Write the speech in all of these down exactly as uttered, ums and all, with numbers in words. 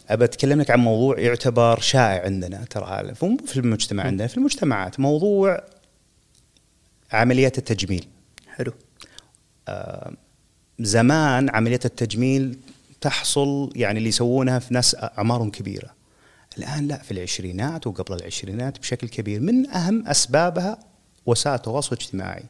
أبى أتكلم لك عن موضوع يعتبر شائع عندنا ترى في المجتمع عندنا في المجتمعات، موضوع عمليات التجميل. حلو. آه زمان عمليات التجميل تحصل يعني اللي يسوونها في ناس أعمارهم كبيرة، الآن لا، في العشرينات وقبل العشرينات بشكل كبير. من أهم أسبابها وسائل التواصل الاجتماعي.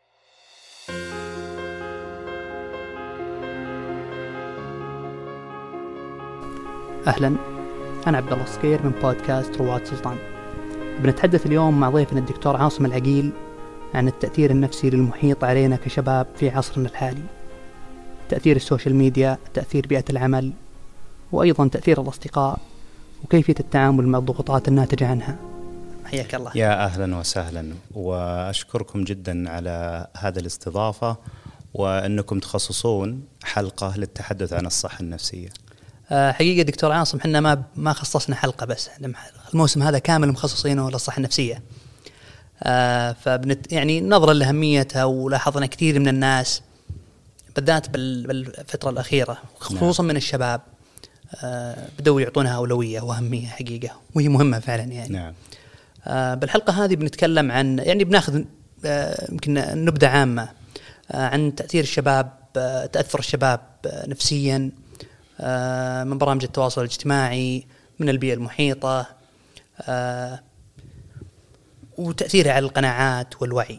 أهلا، أنا عبد الله الصقير من بودكاست رواد سلطان. بنتحدث اليوم مع ضيفنا الدكتور عاصم العقيل عن التأثير النفسي للمحيط علينا كشباب في عصرنا الحالي، تأثير السوشيال ميديا، تأثير بيئة العمل، وأيضا تأثير الأصدقاء، وكيفية التعامل مع الضغوطات الناتجة عنها. حياك الله. يا أهلا وسهلا، وأشكركم جدا على هذه الاستضافة وأنكم تخصصون حلقة للتحدث عن الصحة النفسية. حقيقة دكتور عاصم، حنا ما ما خصصنا حلقة بس، الموسم هذا كامل مخصصينه للصحة النفسية. آه فبنت يعني نظرا لأهميتها، ولاحظنا كثير من الناس بالذات بالفترة الأخيرة خصوصا من الشباب آه بدوا يعطونها أولوية وأهمية حقيقة، وهي مهمة فعلا يعني. نعم. آه بالحلقة هذه بنتكلم عن يعني بناخذ آه يمكن نبذة عامة آه عن تأثير الشباب، آه تأثر الشباب آه نفسيا آه من برامج التواصل الاجتماعي، من البيئة المحيطة، آه وتأثيرها على القناعات والوعي.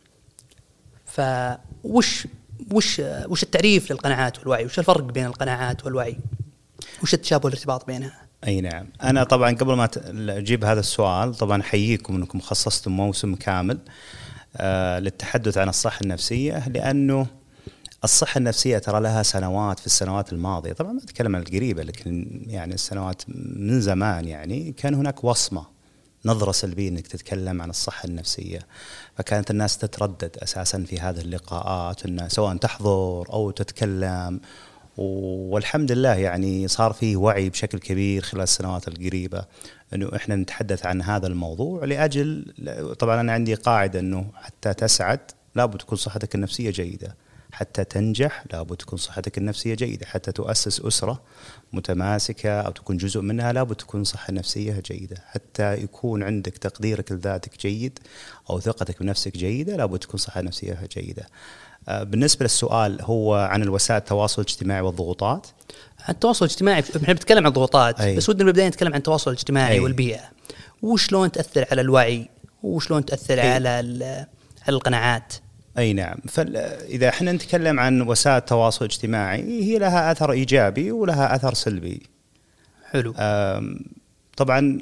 فوش وش وش التعريف للقناعات والوعي؟ وش الفرق بين القناعات والوعي؟ وش التشابه والارتباط بينها؟ أي نعم. أنا طبعا قبل ما أجيب هذا السؤال طبعا حييكم أنكم خصصتم موسم كامل آه للتحدث عن الصحة النفسية، لأنه الصحة النفسية ترى لها سنوات في السنوات الماضية، طبعا ما أتكلم عن القريبة لكن يعني السنوات من زمان يعني كان هناك وصمة، نظرة سلبية أنك تتكلم عن الصحة النفسية، فكانت الناس تتردد أساسا في هذه اللقاءات إن سواء تحضر أو تتكلم. والحمد لله يعني صار فيه وعي بشكل كبير خلال السنوات القريبة أنه إحنا نتحدث عن هذا الموضوع، لأجل طبعا أنا عندي قاعدة أنه حتى تسعد لابد تكون صحتك النفسية جيدة، حتى تنجح لابد تكون صحتك النفسية جيدة، حتى تؤسس أسرة متماسكة أو تكون جزء منها لابد تكون صحة نفسية جيدة، حتى يكون عندك تقديرك لذاتك جيد أو ثقتك بنفسك جيدة لابد تكون صحة نفسية جيدة. بالنسبة للسؤال هو عن الوسائل التواصل الاجتماعي والضغوطات. عن التواصل الاجتماعي احنا بنتكلم عن الضغوطات، بس ودنا بالبداية نتكلم عن التواصل الاجتماعي أي. والبيئة، وشلون تأثر على الوعي وشلون تأثر أي. على على القناعات. أي نعم. فإذا احنا نتكلم عن وسائل التواصل الاجتماعي هي لها أثر إيجابي ولها أثر سلبي. حلو. طبعا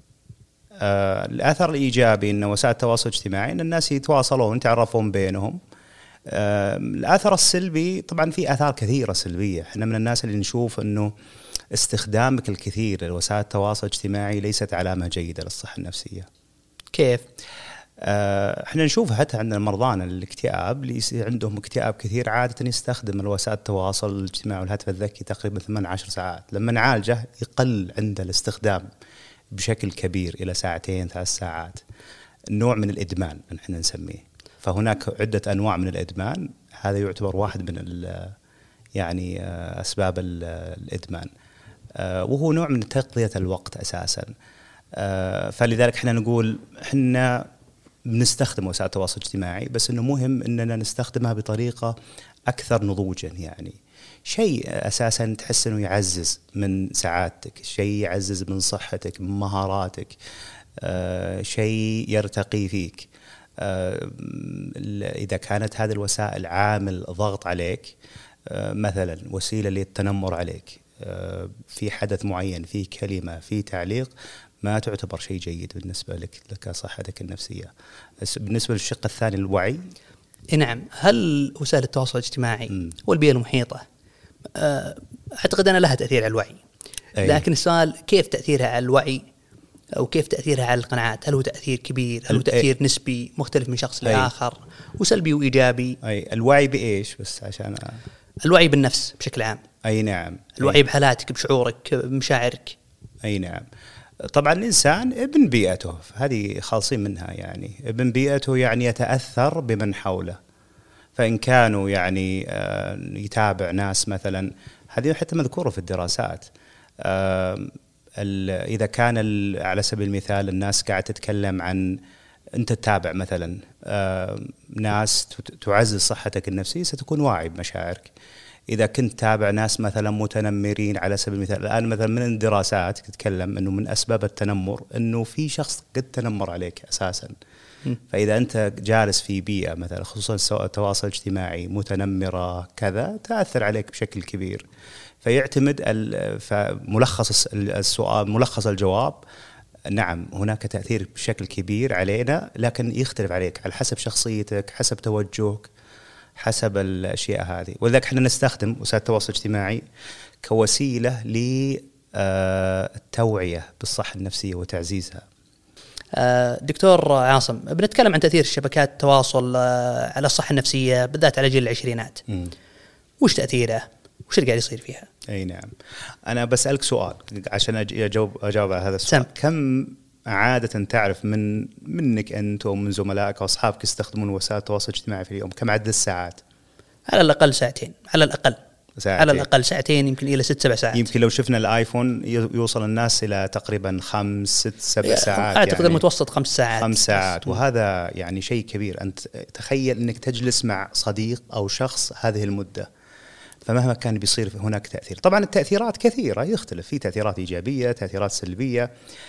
الأثر الإيجابي إن وسائل التواصل الاجتماعي إن الناس يتواصلون يتعرفون بينهم. الأثر السلبي طبعا في آثار كثيرة سلبية، احنا من الناس اللي نشوف إنه استخدامك الكثير لوسائل التواصل الاجتماعي ليست علامة جيدة للصحة النفسية. كيف؟ احنا نشوف حتى عندنا مرضانا الاكتئاب اللي عندهم اكتئاب كثير عادة يستخدم الوسائل التواصل الاجتماعي والهاتف الذكي تقريبا ثمانية عشر ساعات، لما نعالجه يقل عنده الاستخدام بشكل كبير إلى ساعتين ثلاث ساعات. نوع من الإدمان نحن نسميه، فهناك عدة أنواع من الإدمان، هذا يعتبر واحد من يعني أسباب الإدمان، وهو نوع من تقضية الوقت أساسا. فلذلك احنا نقول احنا بنستخدم وسائل التواصل الاجتماعي، بس انه مهم اننا نستخدمها بطريقة اكثر نضوجا، يعني شيء اساسا تحس انه يعزز من سعادتك، شيء يعزز من صحتك، من مهاراتك، آه شيء يرتقي فيك. آه اذا كانت هذه الوسائل عامل ضغط عليك، آه مثلا وسيلة للتنمر عليك آه في حدث معين، في كلمة، في تعليق، ما تعتبر شيء جيد بالنسبة لك لصحتك النفسية. بالنسبة للشق الثاني الوعي، نعم، هل وسائل التواصل الاجتماعي م. والبيئة المحيطة أعتقد أنا لها تأثير على الوعي، أي. لكن السؤال كيف تأثيرها على الوعي أو كيف تأثيرها على القناعات؟ هل هو تأثير كبير؟ هل هو تأثير أي. نسبي مختلف من شخص لآخر، وسلبي وإيجابي؟ أي. الوعي بإيش بس عشان أ... الوعي بالنفس بشكل عام. أي نعم. الوعي أي. بحالاتك، بشعورك، بمشاعرك. أي نعم. طبعا الإنسان ابن بيئته، هذه خالصين منها، يعني ابن بيئته يعني يتأثر بمن حوله، فإن كانوا يعني يتابع ناس مثلا، هذه حتى مذكورة في الدراسات، إذا كان على سبيل المثال الناس قاعدة تتكلم عن أنت تتابع مثلا ناس تعزز صحتك النفسية ستكون واعي بمشاعرك. إذا كنت تابع ناس مثلا متنمرين على سبيل المثال، الآن مثلا من الدراسات تتكلم أنه من أسباب التنمر أنه في شخص قد تنمر عليك أساسا. فإذا أنت جالس في بيئة مثلا خصوصا التواصل الاجتماعي متنمرة كذا تأثر عليك بشكل كبير. فيعتمد ملخص السؤال ملخص الجواب، نعم هناك تأثير بشكل كبير علينا، لكن يختلف عليك على حسب شخصيتك، حسب توجهك، حسب الأشياء هذه. ولذلك احنا نستخدم وسائل التواصل الاجتماعي كوسيلة للتوعية بالصحة النفسية وتعزيزها. دكتور عاصم، بنتكلم عن تأثير شبكات التواصل على الصحة النفسية بالذات على جيل العشرينات. م. وش تأثيره؟ وش اللي قاعد يصير فيها؟ أي نعم. أنا بسألك سؤال عشان أجاوب أجاوب على هذا السؤال. سم. كم عادة تعرف من منك أنت ومن زملائك أو أصحابك يستخدمون وسائل التواصل الاجتماعي في اليوم؟ كم عدد الساعات؟ على الأقل ساعتين، على الأقل ساعتين. على الأقل ساعتين، يمكن إلى ست سبع ساعات. يمكن لو شفنا الآيفون يوصل الناس إلى تقريبا خمس ست سبع ساعات. أعتقد يعني المتوسط خمس ساعات. خمس ساعات، وهذا يعني شيء كبير. أنت تخيل أنك تجلس مع صديق أو شخص هذه المدة، فمهما كان بيصير هناك تأثير. طبعا التأثيرات كثيرة، يختلف، في تأثيرات إيجابية، تأثيرات سلبية.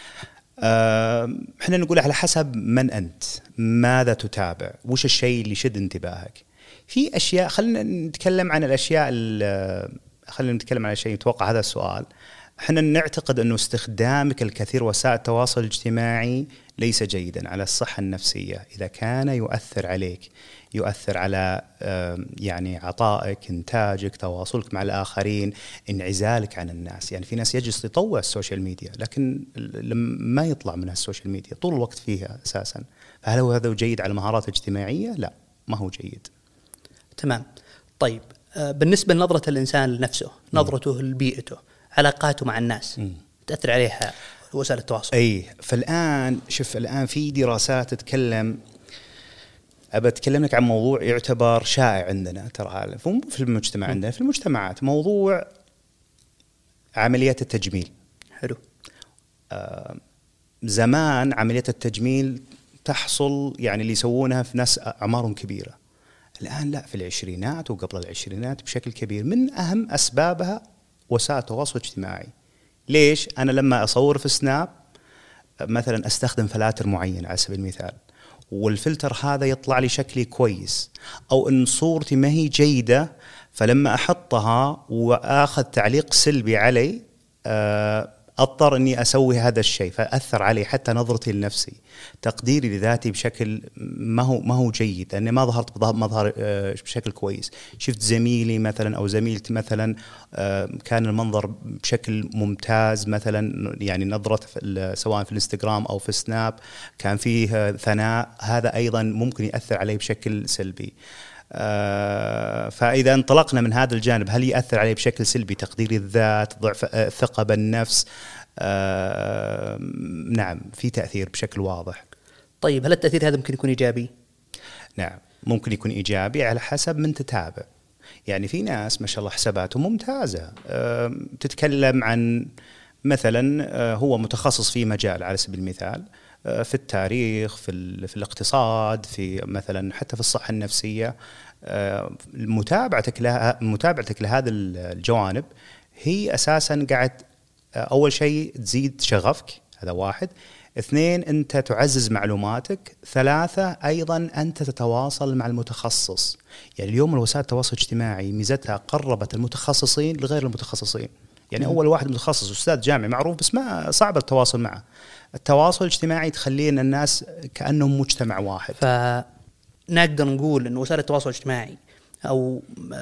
احنا نقول على حسب من أنت، ماذا تتابع، وش الشيء اللي يشد انتباهك. في أشياء، خلينا نتكلم عن الأشياء، خلينا نتكلم عن شيء يتوقع هذا السؤال. احنا نعتقد أنه استخدامك الكثير وسائل التواصل الاجتماعي ليس جيدا على الصحة النفسية إذا كان يؤثر عليك، يؤثر على يعني عطائك، إنتاجك، تواصلك مع الآخرين، انعزالك عن الناس. يعني في ناس يجلس يطوع السوشيال ميديا لكن ما يطلع منها السوشيال ميديا، طول الوقت فيها أساسا. فهل هو هذا جيد على المهارات الاجتماعية؟ لا، ما هو جيد. تمام. طيب بالنسبة لنظرة الإنسان لنفسه، نظرته لبيئته، علاقاته مع الناس، م. تأثر عليها وسائل التواصل. أي، فالآن شوف، الآن في دراسات تتكلم، أبى أتكلم لك عن موضوع يعتبر شائع عندنا ترى في المجتمع، عندنا في المجتمعات، موضوع عمليات التجميل. حلو. آه زمان عمليات التجميل تحصل يعني اللي يسوونها في ناس أعمارهم كبيرة. الآن لا، في العشرينات وقبل العشرينات بشكل كبير. من أهم أسبابها وسائل التواصل الاجتماعي. ليش؟ أنا لما أصور في سناب مثلا أستخدم فلاتر معين على سبيل المثال، والفلتر هذا يطلع لي شكلي كويس، أو إن صورتي ما هي جيدة، فلما أحطها وآخذ تعليق سلبي علي أضطر أني أسوي هذا الشيء، فأثر علي حتى نظرتي لنفسي، تقديري لذاتي بشكل ما هو ما هو جيد، لأني ما ظهرت بمظهر بشكل كويس. شفت زميلي مثلا أو زميلتي مثلا كان المنظر بشكل ممتاز مثلا، يعني نظرة سواء في الانستغرام أو في السناب كان فيه ثناء، هذا أيضا ممكن يأثر علي بشكل سلبي. آه فإذا انطلقنا من هذا الجانب، هل يأثر عليه بشكل سلبي تقدير الذات، ضعف الثقة بالنفس؟ آه نعم، في تأثير بشكل واضح. طيب هل التأثير هذا ممكن يكون إيجابي؟ نعم ممكن يكون إيجابي على حسب من تتابع. يعني في ناس ما شاء الله حساباتهم ممتازة، آه تتكلم عن مثلا آه هو متخصص في مجال على سبيل المثال، في التاريخ، في في الاقتصاد، في مثلا حتى في الصحة النفسية. متابعتك لها متابعتك لهذا الجوانب هي أساسا قاعد أول شيء تزيد شغفك، هذا واحد. اثنين، أنت تعزز معلوماتك. ثلاثة، أيضا أنت تتواصل مع المتخصص. يعني اليوم الوسائل التواصل الاجتماعي ميزتها قربت المتخصصين لغير المتخصصين. يعني أول واحد متخصص أستاذ جامعي معروف بس ما صعب التواصل معه. التواصل الاجتماعي تخلينا الناس كأنهم مجتمع واحد. فنقدر نقول أن وسائل التواصل الاجتماعي أو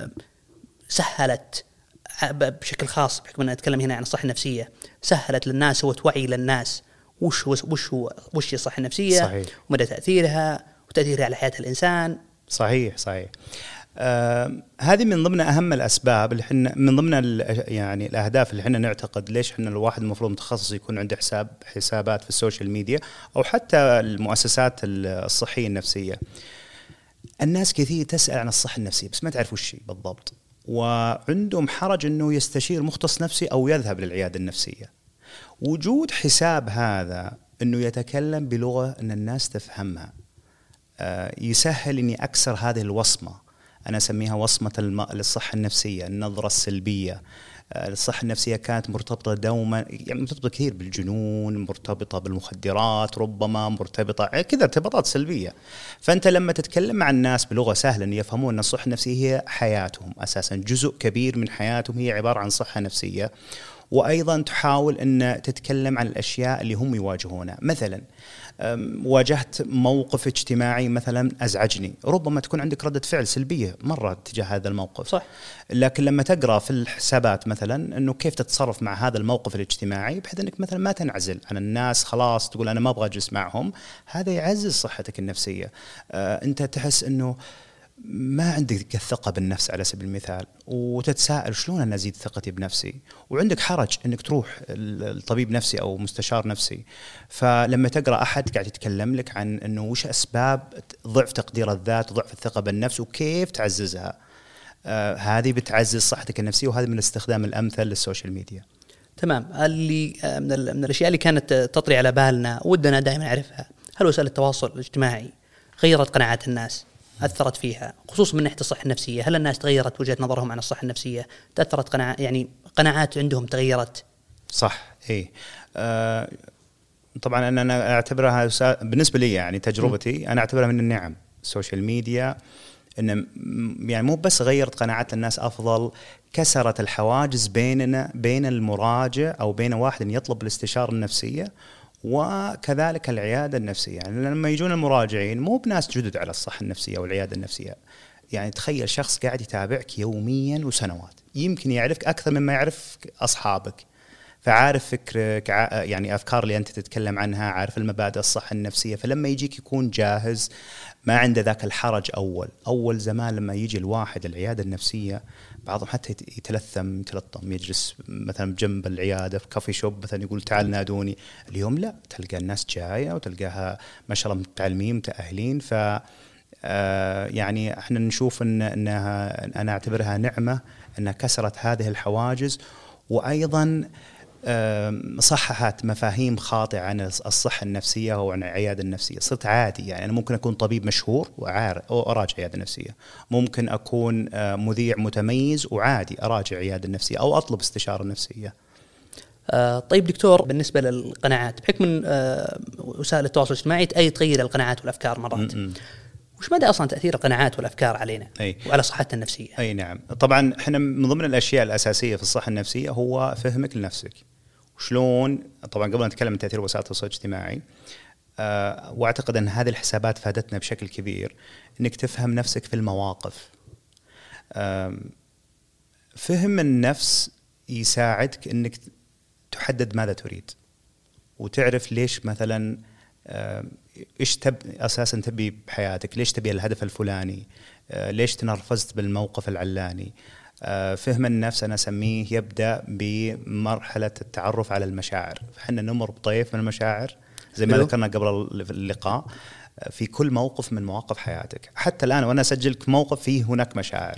سهلت بشكل خاص، بحكم أن أتكلم هنا عن الصحة النفسية، سهلت للناس وتوعي للناس وش هو وش هو وش هي الصحة النفسية. صحيح. ومدى تأثيرها وتأثيرها على حياة الإنسان. صحيح صحيح. آه هذه من ضمن أهم الأسباب اللي حنا من ضمن يعني الأهداف اللي حنا نعتقد ليش حنا الواحد المفروض متخصص يكون عنده حساب حسابات في السوشيال ميديا أو حتى المؤسسات الصحية النفسية. الناس كثير تسأل عن الصحة النفسية بس ما تعرف وش بالضبط. وعندهم حرج أنه يستشير مختص نفسي أو يذهب للعيادة النفسية. وجود حساب هذا أنه يتكلم بلغة أن الناس تفهمها يسهل أني أكسر هذه الوصمة. أنا أسميها وصمة الم... للصحة النفسية، النظرة السلبية. الصحة النفسية كانت مرتبطة دوما، يعني مرتبطة كثير بالجنون، مرتبطة بالمخدرات، ربما مرتبطة كذا ارتباطات سلبية. فأنت لما تتكلم مع الناس بلغة سهلة أن يفهمون أن الصحة النفسية هي حياتهم أساسا، جزء كبير من حياتهم هي عبارة عن صحة نفسية. وأيضا تحاول أن تتكلم عن الأشياء اللي هم يواجهونها. مثلا واجهت موقف اجتماعي مثلا أزعجني، ربما تكون عندك ردة فعل سلبية مرة تجاه هذا الموقف، صح. لكن لما تقرأ في الحسابات مثلا أنه كيف تتصرف مع هذا الموقف الاجتماعي بحيث أنك مثلا ما تنعزل عن الناس، خلاص تقول أنا ما أبغى أجلس معهم، هذا يعزز صحتك النفسية. أنت تحس أنه ما عندك الثقة بالنفس على سبيل المثال، وتتساءل شلون أنا أزيد ثقتي بنفسي، وعندك حرج أنك تروح الطبيب نفسي أو مستشار نفسي. فلما تقرأ أحد قاعد يتكلم لك عن أنه وش أسباب ضعف تقدير الذات وضعف الثقة بالنفس وكيف تعززها، آه هذه بتعزز صحتك النفسية، وهذا من الاستخدام الأمثل للسوشيال ميديا. تمام. اللي من, من الأشياء اللي كانت تطري على بالنا ودنا دائما نعرفها، هل وسائل التواصل الاجتماعي غيرت قناعات الناس؟ أثرت فيها خصوصا من ناحية الصحة النفسية؟ هل الناس تغيرت وجهة نظرهم عن الصحة النفسية؟ تأثرت قناعات، يعني قناعات عندهم تغيرت؟ صح. إيه آه طبعا أنا, أنا أعتبرها بالنسبة لي، يعني تجربتي أنا أعتبرها من النعم السوشيال ميديا، إن يعني مو بس غيرت قناعات الناس أفضل، كسرت الحواجز بيننا بين المراجع أو بين واحد يطلب الاستشارة النفسية وكذلك العيادة النفسية. يعني لما يجون المراجعين مو بناس جدد على الصحة النفسية والعيادة النفسية، يعني تخيل شخص قاعد يتابعك يوميا وسنوات، يمكن يعرفك أكثر مما يعرف أصحابك، فعارف فكرك، يعني أفكار اللي أنت تتكلم عنها، عارف المبادئ الصحة النفسية. فلما يجيك يكون جاهز، ما عنده ذاك الحرج. أول أول زمان لما يجي الواحد العيادة النفسية بعضهم حتى يتلثم يتلطم، يجلس مثلا جنب العيادة في كافي شوب مثلا يقول تعال نادوني. اليوم لا، تلقى الناس جاية وتلقاها ما شاء الله متعلمين متأهلين. ف يعني احنا نشوف ان انها انا اعتبرها نعمة انها كسرت هذه الحواجز، وايضا صححت مفاهيم خاطئة عن الصحة النفسية وعن العيادة النفسية. صرت عادي، يعني أنا ممكن أكون طبيب مشهور وعارف أو أراجع عيادة نفسية، ممكن أكون مذيع متميز وعادي أراجع عيادة نفسية أو أطلب استشارة نفسية. آه طيب دكتور، بالنسبة للقناعات بحكم من آه وسائل التواصل الاجتماعي أي تغير القناعات والأفكار مرات، م- م. وش مدى أصلا تأثير القناعات والأفكار علينا أي. وعلى صحتنا النفسية؟ أي نعم، طبعا إحنا من ضمن الأشياء الأساسية في الصحة النفسية هو فهمك لنفسك. وشلون طبعا قبل أن نتكلم عن تأثير وسائل التواصل الاجتماعي، أه واعتقد أن هذه الحسابات فادتنا بشكل كبير إنك تفهم نفسك في المواقف. أه فهم النفس يساعدك إنك تحدد ماذا تريد، وتعرف ليش مثلا أه إيش تب أساسا تبي بحياتك، ليش تبي الهدف الفلاني، أه ليش تنرفزت بالموقف العلاني. فهم النفس أنا أسميه يبدأ بمرحلة التعرف على المشاعر. فحنا نمر بطيف من المشاعر زي ما ذكرنا قبل اللقاء في كل موقف من مواقف حياتك. حتى الآن وأنا أسجلك موقف فيه هناك مشاعر.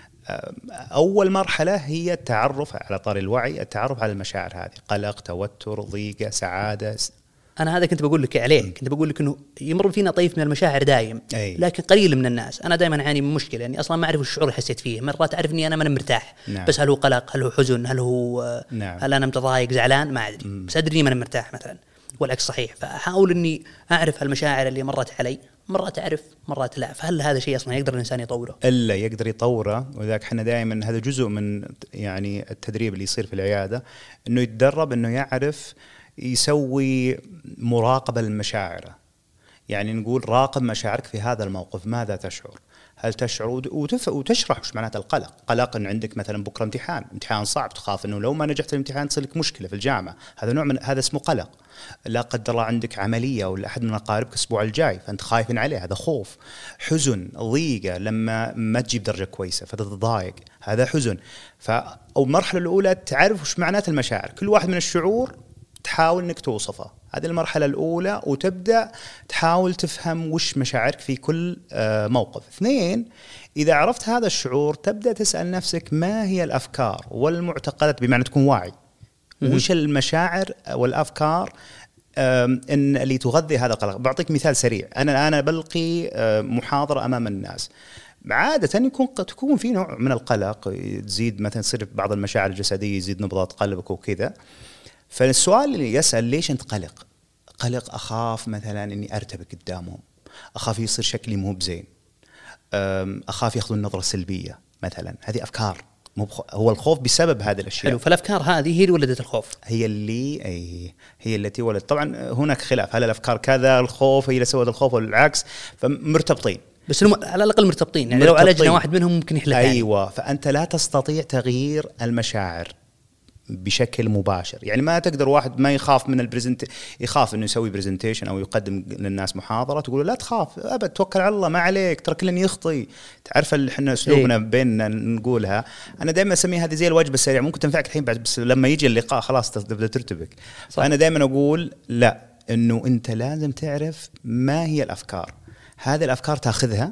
أول مرحلة هي التعرف على طار الوعي، التعرف على المشاعر هذه، قلق، توتر، ضيقة، سعادة. أنا هذا كنت بقول لك عليه، كنت بقول لك إنه يمر فينا طيف من المشاعر دائم، أي. لكن قليل من الناس. أنا دائما أعاني من مشكلة يعني أصلا ما أعرف الشعور اللي حسيت فيه. مرات أعرف إني أنا ما مرتاح، نعم. بس هل هو قلق، هل هو حزن، هل هو نعم. هل أنا متضايق زعلان، ما أدري، مم. بس أدري إني ما مرتاح مثلا، والعكس صحيح. فأحاول إني أعرف المشاعر اللي مرت علي، مرات أعرف مرات لا. فهل هذا شيء أصلا يقدر الإنسان يطوره؟ إلا يقدر يطوره. وذاك حنا دائما هذا جزء من يعني التدريب اللي يصير في العيادة، إنه يتدرب إنه يعرف يسوي مراقبة للمشاعر. يعني نقول راقب مشاعرك في هذا الموقف، ماذا تشعر؟ هل تشعر وتف... وتشرح وش معنات القلق. قلق إن عندك مثلا بكرة امتحان امتحان صعب، تخاف إنه لو ما نجحت الامتحان تصير لك مشكلة في الجامعة، هذا نوع من هذا اسمه قلق. لا قدر الله عندك عملية ولا أحد من أقاربك الأسبوع الجاي فأنت خايف عليه، هذا خوف. حزن، ضيقة لما ما تجيب درجة كويسة فتتضايق، هذا حزن. فالمرحلة الأولى تعرف وش معنات المشاعر، كل واحد من الشعور تحاول إنك توصفه، هذه المرحلة الأولى، وتبدأ تحاول تفهم وش مشاعرك في كل موقف. اثنين، إذا عرفت هذا الشعور تبدأ تسأل نفسك ما هي الأفكار والمعتقدات، بمعنى تكون واعي وش المشاعر والأفكار إن اللي تغذي هذا القلق. بعطيك مثال سريع. أنا أنا بلقي محاضرة أمام الناس، عادة يكون تكون في نوع من القلق، تزيد مثلا تصير بعض المشاعر الجسدية، يزيد نبضات قلبك وكذا. فالسؤال اللي يسأل ليش أنت قلق؟ قلق أخاف مثلا إني أرتبك قدامهم، أخاف يصير شكلي مو بزين، أخاف يأخذوا النظرة السلبية مثلا. هذه أفكار، مو هو الخوف بسبب هذه الأشياء. حلو. فالأفكار هذه هي اللي ولدت الخوف، هي اللي أي هي التي ولدت. طبعا هناك خلاف، هل الأفكار كذا الخوف هي اللي سوت الخوف ولا العكس، فمرتبطين، بس هم على الأقل مرتبطين. يعني مرتبطين. لو عالجنا واحد منهم ممكن يحل الثاني. أيوة. فأنت لا تستطيع تغيير المشاعر بشكل مباشر. يعني ما تقدر واحد ما يخاف من البرزنت، يخاف انه يسوي برزنتيشن او يقدم للناس محاضره، تقول لا تخاف ابد، توكل على الله، ما عليك، ترى كلنا يخطي. تعرف اللي احنا اسلوبنا إيه؟ بيننا نقولها. انا دائما اسميها هذه زي الوجبه السريعه، ممكن تنفعك الحين بعد، بس لما يجي اللقاء خلاص تبدا ترتبك. فانا دائما اقول لا، انه انت لازم تعرف ما هي الافكار. هذه الافكار تاخذها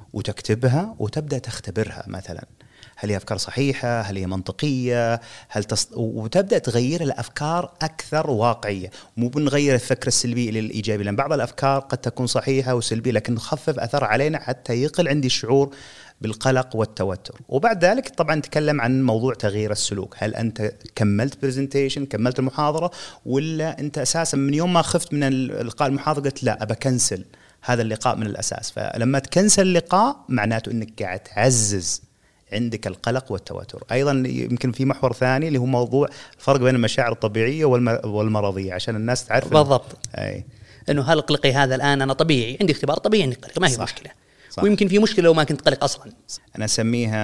وتكتبها وتبدا تختبرها، مثلا هل هي أفكار صحيحة؟ هل هي منطقية؟ هل تص... وتبدأ تغير الأفكار أكثر واقعية، مو بنغير الفكرة السلبية للإيجابي، لأن بعض الأفكار قد تكون صحيحة وسلبية لكن نخفف أثر علينا حتى يقل عندي الشعور بالقلق والتوتر. وبعد ذلك طبعا نتكلم عن موضوع تغيير السلوك. هل أنت كملت برزنتيشن، كملت المحاضرة، ولا أنت أساسا من يوم ما خفت من اللقاء المحاضرة قلت لا أبى كنسل هذا اللقاء من الأساس؟ فلما تكنسل اللقاء معناته أنك قاعد تعزز عندك القلق والتوتر. أيضا يمكن في محور ثاني اللي هو موضوع الفرق بين المشاعر الطبيعية والمرضية، عشان الناس تعرف بالضبط. أي. إنه هل قلقي هذا الآن أنا طبيعي، عندي اختبار طبيعي إني قلق، ما هي صح. مشكلة صح. ويمكن في مشكلة لو ما كنت قلق أصلا. أنا أسميها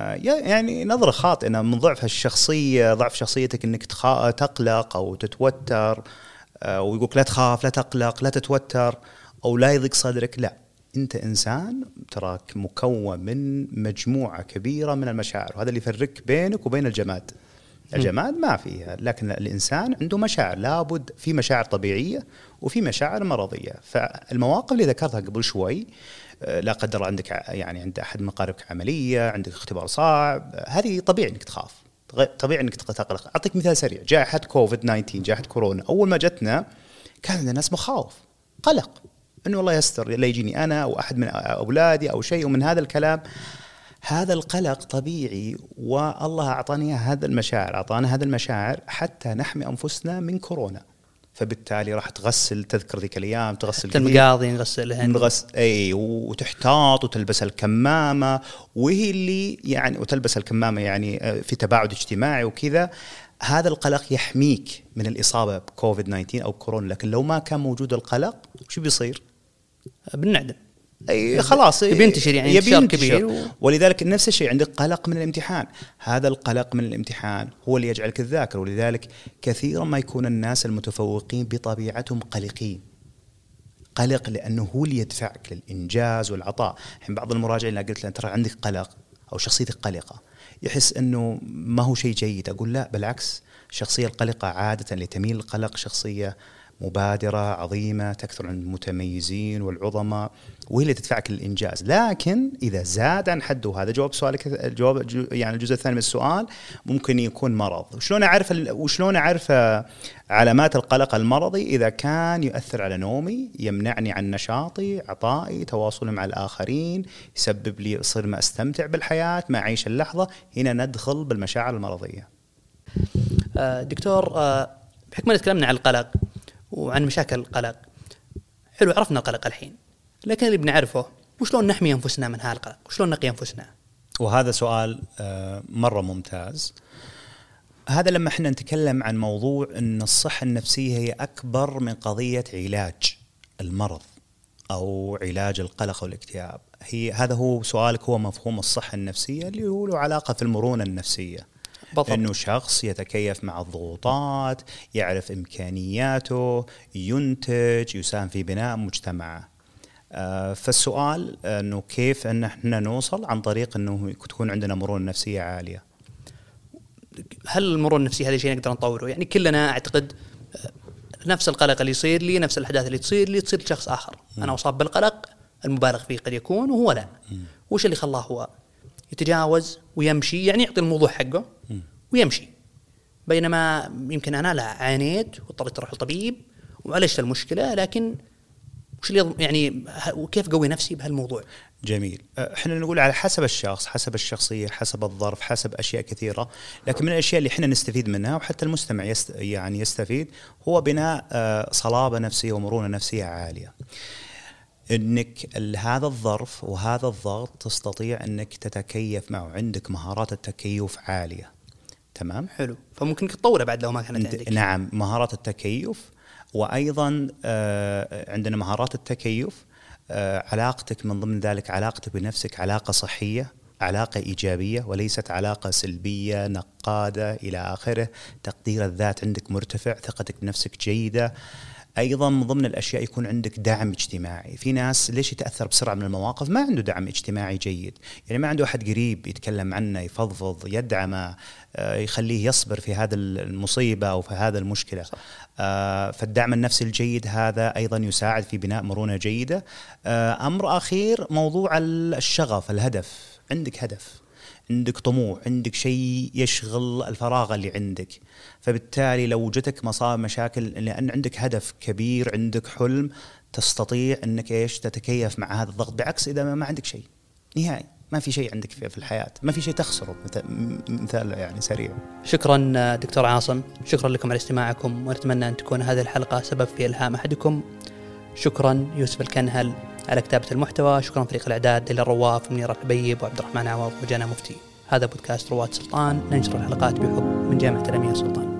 يعني نظرة خاطئة من ضعف الشخصية، ضعف شخصيتك إنك تقلق أو تتوتر، ويقولك لا تخاف، لا تقلق، لا تتوتر، أو لا يضيق صدرك. لا، أنت إنسان تراك مكون من مجموعة كبيرة من المشاعر، وهذا اللي يفرق بينك وبين الجماد. الجماد ما فيها، لكن الإنسان عنده مشاعر، لابد في مشاعر طبيعية وفي مشاعر مرضية. فالمواقف اللي ذكرتها قبل شوي، لا قدر عندك يعني عند أحد من قاربك عملية، عندك اختبار صعب، هذه طبيعي إنك تخاف، طبيعي إنك تقلق. أعطيك مثال سريع، جائحة كوفيد تسعة عشر، جائحة كورونا، أول ما جتنا كان الناس مخاوف، قلق إنه الله يستر لا يجيني أنا أو أحد من أولادي أو شيء ومن هذا الكلام. هذا القلق طبيعي، والله أعطاني هذا المشاعر، أعطانا هذا المشاعر حتى نحمي أنفسنا من كورونا. فبالتالي راح تغسل، تذكر ذيك الأيام تغسل المقاضي، نغسلها، نغسل أي، وتحتاط وتلبس الكمامة، وهي اللي يعني وتلبس الكمامة يعني في تباعد اجتماعي وكذا. هذا القلق يحميك من الإصابة بكوفيد تسعة عشر أو كورونا. لكن لو ما كان موجود القلق وش بيصير؟ بنعدم، أي خلاص يبنتشر يعني انتشار كبير. و... ولذلك نفس الشيء عندك قلق من الامتحان. هذا القلق من الامتحان هو اللي يجعلك تذاكر. ولذلك كثيرا ما يكون الناس المتفوقين بطبيعتهم قلقين. قلق لأنه هو اللي يدفعك للإنجاز والعطاء. حين بعض المراجعين اللي قلت له ترى عندك قلق أو شخصيتك قلقة، يحس أنه ما هو شيء جيد. أقول لا، بالعكس، الشخصية القلقة عادة اللي تميل القلق شخصية مبادرة عظيمة، تكثر عن المتميزين والعظماء، وهي اللي تدفعك للإنجاز. لكن إذا زاد عن حده، وهذا جواب سؤالك، الجواب يعني الجزء الثاني من السؤال، ممكن يكون مرض. وشلون أعرف وشلون أعرف علامات القلق المرضي؟ إذا كان يؤثر على نومي، يمنعني عن نشاطي، عطائي، تواصلي مع الآخرين، يسبب لي صير ما أستمتع بالحياة، ما أعيش اللحظة، هنا ندخل بالمشاعر المرضية. دكتور، بحكم أن تكلمنا عن القلق وعن مشاكل القلق، حلو، عرفنا القلق الحين، لكن اللي بنعرفه وشلون نحمي أنفسنا من هالقلق، وشلون نقي أنفسنا؟ وهذا سؤال مرة ممتاز. هذا لما احنا نتكلم عن موضوع أن الصحة النفسية هي أكبر من قضية علاج المرض أو علاج القلق والاكتئاب. هي هذا هو سؤالك، هو مفهوم الصحة النفسية اللي هو له علاقة في المرونة النفسية. بالضبط. إنه شخص يتكيف مع الضغوطات، يعرف إمكانياته، ينتج، يساهم في بناء مجتمعه. آه فالسؤال إنه كيف إن إحنا نوصل؟ عن طريق إنه تكون عندنا مرونة نفسية عالية. هل المرونة النفسية هذا شيء نقدر نطوره؟ يعني كلنا أعتقد نفس القلق اللي يصير لي، نفس الأحداث اللي تصير لي تصير لشخص آخر. م. أنا أصاب بالقلق المبالغ فيه قد يكون وهو لا. م. وش اللي خلاه هو يتجاوز ويمشي، يعني يعطي الموضوع حقه م. ويمشي، بينما يمكن أنا لا عانيت واضطريت أروح لطبيب وعالجت المشكلة، لكن وش اللي يعني وكيف قوي نفسي بهالموضوع؟ جميل. احنا نقول على حسب الشخص، حسب الشخصية، حسب الظرف، حسب أشياء كثيرة، لكن من الأشياء اللي احنا نستفيد منها وحتى المستمع يست يعني يستفيد هو بناء صلابة نفسية ومرونة نفسية عالية. انك هذا الظرف وهذا الضغط تستطيع انك تتكيف معه، عندك مهارات التكيف عالية. تمام، حلو. فممكن تطوره بعد لو ما كانت عندك. نعم، مهارات التكيف، وأيضا عندنا مهارات التكيف، علاقتك من ضمن ذلك علاقتك بنفسك علاقة صحية، علاقة إيجابية وليست علاقة سلبية نقادة إلى آخره. تقدير الذات عندك مرتفع، ثقتك بنفسك جيدة. أيضا من ضمن الأشياء يكون عندك دعم اجتماعي. في ناس ليش يتأثر بسرعة من المواقف؟ ما عنده دعم اجتماعي جيد، يعني ما عنده أحد قريب يتكلم عنه، يفضفض، يدعمه، يخليه يصبر في هذا المصيبة أو في هذا المشكلة. صح. فالدعم النفسي الجيد هذا أيضا يساعد في بناء مرونة جيدة. أمر أخير موضوع الشغف، الهدف. عندك هدف، عندك طموح، عندك شيء يشغل الفراغ اللي عندك، فبالتالي لو جتك مصائب مشاكل لأن عندك هدف كبير، عندك حلم، تستطيع أنك إيش تتكيف مع هذا الضغط. بعكس إذا ما عندك شيء نهائي، ما في شيء عندك في الحياة، ما في شيء تخسره. مثال يعني سريع. شكرا دكتور عاصم، شكرا لكم على استماعكم، ونتمنى أن تكون هذه الحلقة سبب في إلهام أحدكم. شكرا يوسف الكنهل على كتابة المحتوى، شكرا فريق الإعداد إلى الرواف منير الحبيب وعبد الرحمن عوض وجانا مفتي. هذا بودكاست رواد سلطان، ننشر الحلقات بحب من جامعة الأمير سلطان.